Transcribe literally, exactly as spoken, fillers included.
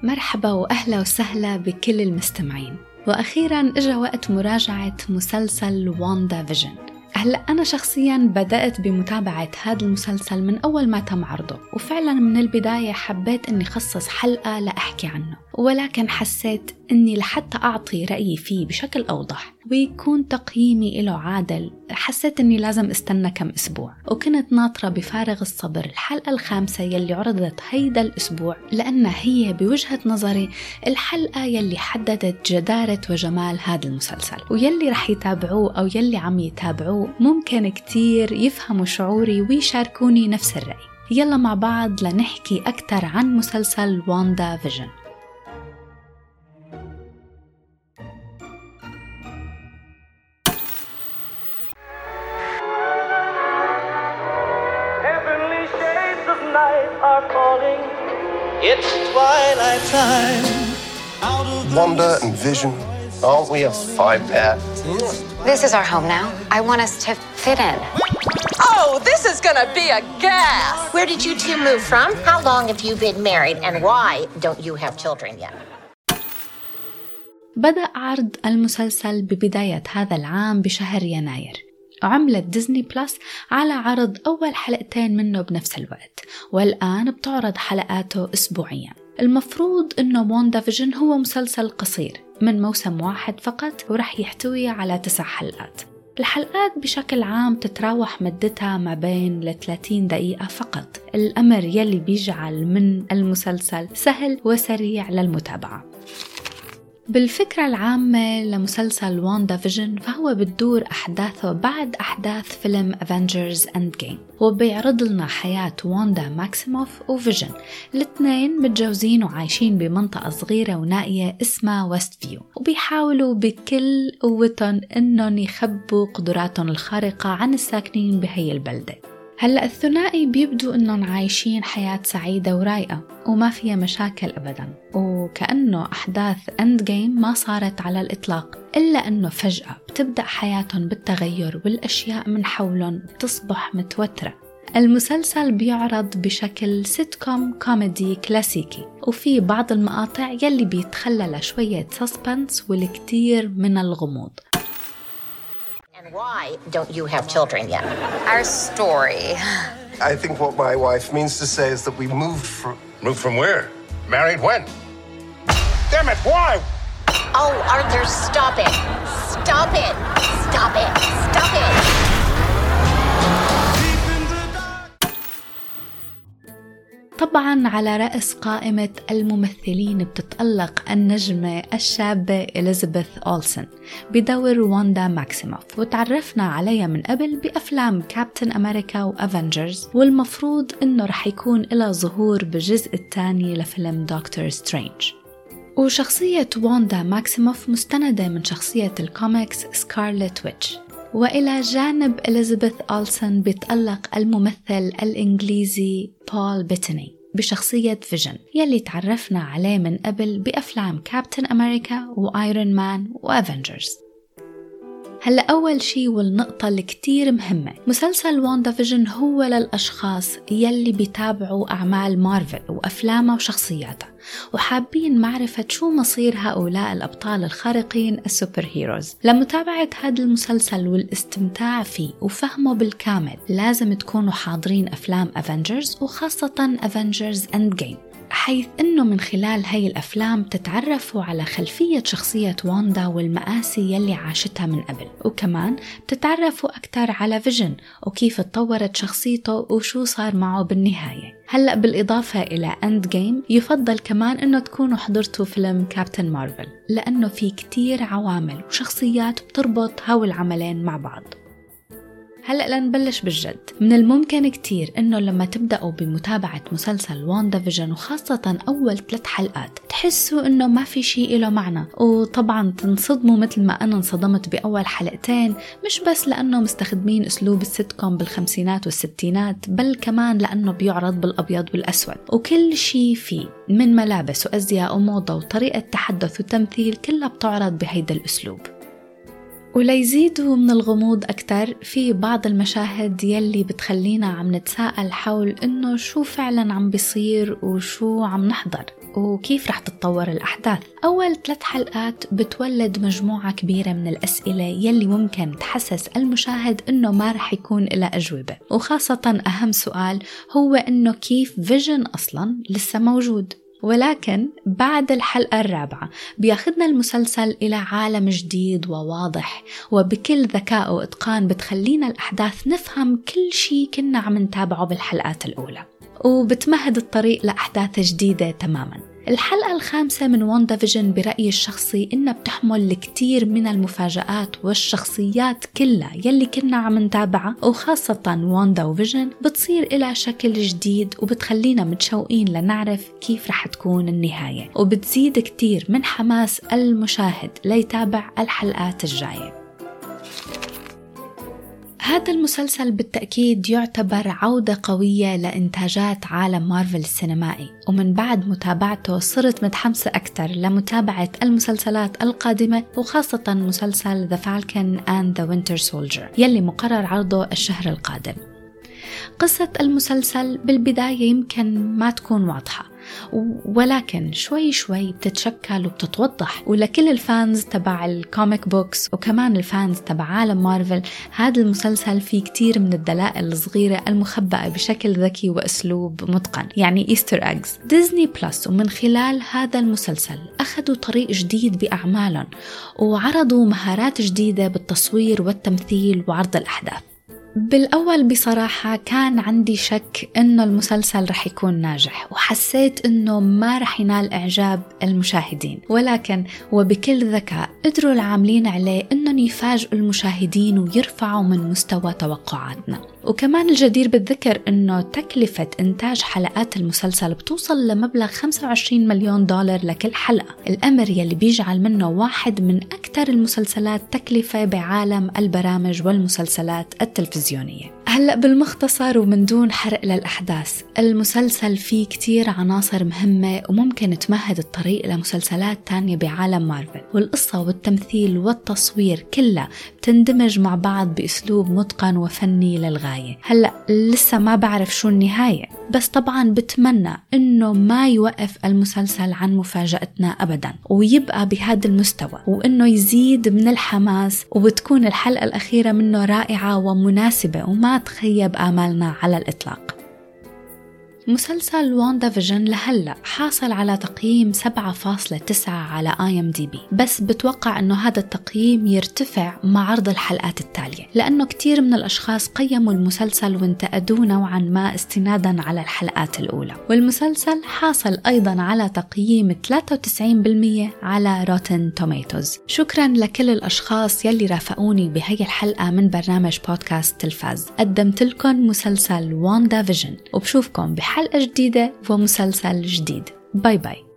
مرحبا وأهلا وسهلا بكل المستمعين. وأخيراً إجا وقت مراجعة مسلسل واندا فيجن. هلأ أنا شخصياً بدأت بمتابعة هذا المسلسل من أول ما تم عرضه، وفعلاً من البداية حبيت أني خصص حلقة لأحكي عنه، ولكن حسيت أني لحتى أعطي رأيي فيه بشكل أوضح ويكون تقييمي له عادل، حسيت أني لازم استنى كم أسبوع. وكنت ناطرة بفارغ الصبر الحلقة الخامسة يلي عرضت هيدا الأسبوع، لأنها هي بوجهة نظري الحلقة يلي حددت جدارة وجمال هذا المسلسل، ويلي رح يتابعوه أو يلي عم يتابعوه ممكن كتير يفهموا شعوري ويشاركوني نفس الرأي. يلا مع بعض لنحكي أكتر عن مسلسل واندا فيجن. It's twilight time. Wanda and Vision, aren't we a five-pair? This is our home now. I want us to fit in. Oh, this is gonna be a gas! Where did you two move from? How long have you been married? And why don't you have children yet? بدأ عرض المسلسل ببداية هذا العام بشهر يناير، وعملت ديزني بلس على عرض أول حلقتين منه بنفس الوقت، والآن بتعرض حلقاته أسبوعياً. المفروض أنه واندا فيجن هو مسلسل قصير من موسم واحد فقط، ورح يحتوي على تسع حلقات. الحلقات بشكل عام تتراوح مدتها ما بين لثلاثين دقيقة فقط، الأمر يلي بيجعل من المسلسل سهل وسريع للمتابعة. بالفكرة العامة لمسلسل واندا فيجن فهو بتدور أحداثه بعد أحداث فيلم أفنجرز إند جيم، وبيعرض لنا حياة واندا ماكسيموف وفيجن، الاثنين متجوزين وعايشين بمنطقة صغيرة ونائية اسمها ويست فيو، وبيحاولوا بكل قوتهم إنهم يخبوا قدراتهم الخارقة عن الساكنين بهي البلدة. هلأ الثنائي بيبدو أنهم عايشين حياة سعيدة ورايقة وما فيها مشاكل أبداً، وكأنه أحداث إند جيم ما صارت على الإطلاق، إلا أنه فجأة بتبدأ حياتهم بالتغير والأشياء من حولهم بتصبح متوترة. المسلسل بيعرض بشكل سيتكوم كوميدي كلاسيكي، وفي بعض المقاطع يلي بيتخلل شوية سسبنس والكثير من الغموض. And why don't you have children yet? Our story. I think what my wife means to say is that we moved from... Moved from where? Married when? Damn it, why? Oh, Arthur, stop it. Stop it. Stop it. Stop it. طبعاً على رأس قائمة الممثلين بتتألق النجمة الشابة إليزابيث أولسن بدور واندا ماكسيموف، وتعرفنا عليها من قبل بأفلام كابتن أمريكا وأفنجرز، والمفروض إنه رح يكون لها ظهور بالجزء الثاني لفيلم دكتور سترينج. وشخصية واندا ماكسيموف مستندة من شخصية الكوميكس سكارلت ويتش. وإلى جانب إليزابيث أولسن بيتألق الممثل الإنجليزي بول بيتني بشخصية فيجن يلي تعرفنا عليه من قبل بأفلام كابتن أمريكا وآيرون مان وأفنجرز. هلأ أول شي والنقطة اللي كتير مهمة، مسلسل واندا فيجن هو للأشخاص يلي بيتابعوا أعمال مارفل وأفلامها وشخصياتها، وحابين معرفة شو مصير هؤلاء الأبطال الخارقين السوبر هيروز. لمتابعة هذا المسلسل والاستمتاع فيه وفهمه بالكامل لازم تكونوا حاضرين أفلام أفنجرز، وخاصة أفنجرز إند جيم، حيث أنه من خلال هاي الأفلام تتعرفوا على خلفية شخصية واندا والمآسي يلي عاشتها من قبل، وكمان تتعرفوا أكتر على فيجن وكيف تطورت شخصيته وشو صار معه بالنهاية. هلأ بالإضافة إلى إند جيم يفضل كمان أنه تكونوا حضرتوا فيلم كابتن مارفل، لأنه في كتير عوامل وشخصيات بتربط هاو العملين مع بعض. هلأ لنبلش بالجد. من الممكن كتير إنه لما تبدأوا بمتابعة مسلسل واندا فيجن وخاصة أول ثلاث حلقات تحسوا إنه ما في شيء له معنى، وطبعا تنصدموا مثل ما أنا انصدمت بأول حلقتين، مش بس لأنه مستخدمين أسلوب السيتكوم بالخمسينات والستينات، بل كمان لأنه بيعرض بالأبيض والأسود، وكل شيء فيه من ملابس وأزياء وموضة وطريقة تحدث وتمثيل كلها بتعرض بهيدا الأسلوب. وليزيدوا من الغموض أكتر، في بعض المشاهد يلي بتخلينا عم نتساءل حول إنه شو فعلا عم بيصير وشو عم نحضر. وكيف رح تتطور الأحداث. أول ثلاث حلقات بتولد مجموعة كبيرة من الأسئلة يلي ممكن تحسس المشاهد إنه ما رح يكون إلى أجوبة، وخاصة أهم سؤال هو إنه كيف فيجن أصلاً لسه موجود. ولكن بعد الحلقة الرابعة بياخدنا المسلسل إلى عالم جديد وواضح وبكل ذكاء وإتقان بتخلينا الأحداث نفهم كل شيء كنا عم نتابعه بالحلقات الأولى، وبتمهد الطريق لأحداث جديدة تماماً. الحلقة الخامسة من واندا فيجن برأيي الشخصي إنها بتحمل الكثير من المفاجآت والشخصيات كلها يلي كنا عم نتابعها، وخاصة واندا وفيجن بتصير إلى شكل جديد وبتخلينا متشوقين لنعرف كيف رح تكون النهاية، وبتزيد كثير من حماس المشاهد ليتابع الحلقات الجاية. هذا المسلسل بالتأكيد يعتبر عودة قوية لإنتاجات عالم مارفل السينمائي، ومن بعد متابعته صرت متحمسة أكثر لمتابعة المسلسلات القادمة، وخاصة مسلسل The Falcon and the Winter Soldier يلي مقرر عرضه الشهر القادم. قصة المسلسل بالبداية يمكن ما تكون واضحة، ولكن شوي شوي بتتشكل وبتتوضح، ولكل الفانز تبع الكوميك بوكس وكمان الفانز تبع عالم مارفل هذا المسلسل فيه كتير من الدلائل الصغيرة المخبأة بشكل ذكي وأسلوب متقن، يعني إيستر أجز. ديزني بلس ومن خلال هذا المسلسل أخذوا طريق جديد بأعمالهم وعرضوا مهارات جديدة بالتصوير والتمثيل وعرض الأحداث. بالأول بصراحة كان عندي شك إنه المسلسل رح يكون ناجح، وحسيت إنه ما رح ينال إعجاب المشاهدين، ولكن وبكل ذكاء قدروا العاملين عليه إنهم يفاجئوا المشاهدين ويرفعوا من مستوى توقعاتنا. وكمان الجدير بالذكر إنه تكلفة إنتاج حلقات المسلسل بتوصل لمبلغ خمسة وعشرين مليون دولار لكل حلقة، الأمر يلي بيجعل منه واحد من أكثر المسلسلات تكلفة بعالم البرامج والمسلسلات التلفزيونية. هلأ بالمختصر ومن دون حرق للأحداث، المسلسل فيه كتير عناصر مهمة وممكن تمهد الطريق لمسلسلات تانية بعالم مارفل، والقصة والتمثيل والتصوير كلها بتندمج مع بعض بأسلوب متقن وفني للغاية. هلأ لسه ما بعرف شو النهاية، بس طبعا بتمنى إنه ما يوقف المسلسل عن مفاجأتنا أبدا ويبقى بهذا المستوى، وإنه يزيد من الحماس وبتكون الحلقة الأخيرة منه رائعة ومناسبة وما تخيب آمالنا على الإطلاق. مسلسل واندا فيجن لهلأ حاصل على تقييم سبعة فاصلة تسعة على آي إم دي بي، بس بتوقع أنه هذا التقييم يرتفع مع عرض الحلقات التالية، لأنه كتير من الأشخاص قيموا المسلسل وانتقدوه نوعا ما استنادا على الحلقات الأولى. والمسلسل حاصل أيضا على تقييم ثلاثة وتسعين بالمية على روتن توميتوز. شكرا لكل الأشخاص يلي رافقوني بهي الحلقة من برنامج بودكاست تلفاز. قدمت لكم مسلسل واندا فيجن، وبشوفكم بحلقة حلقة جديدة ومسلسل جديد. باي باي.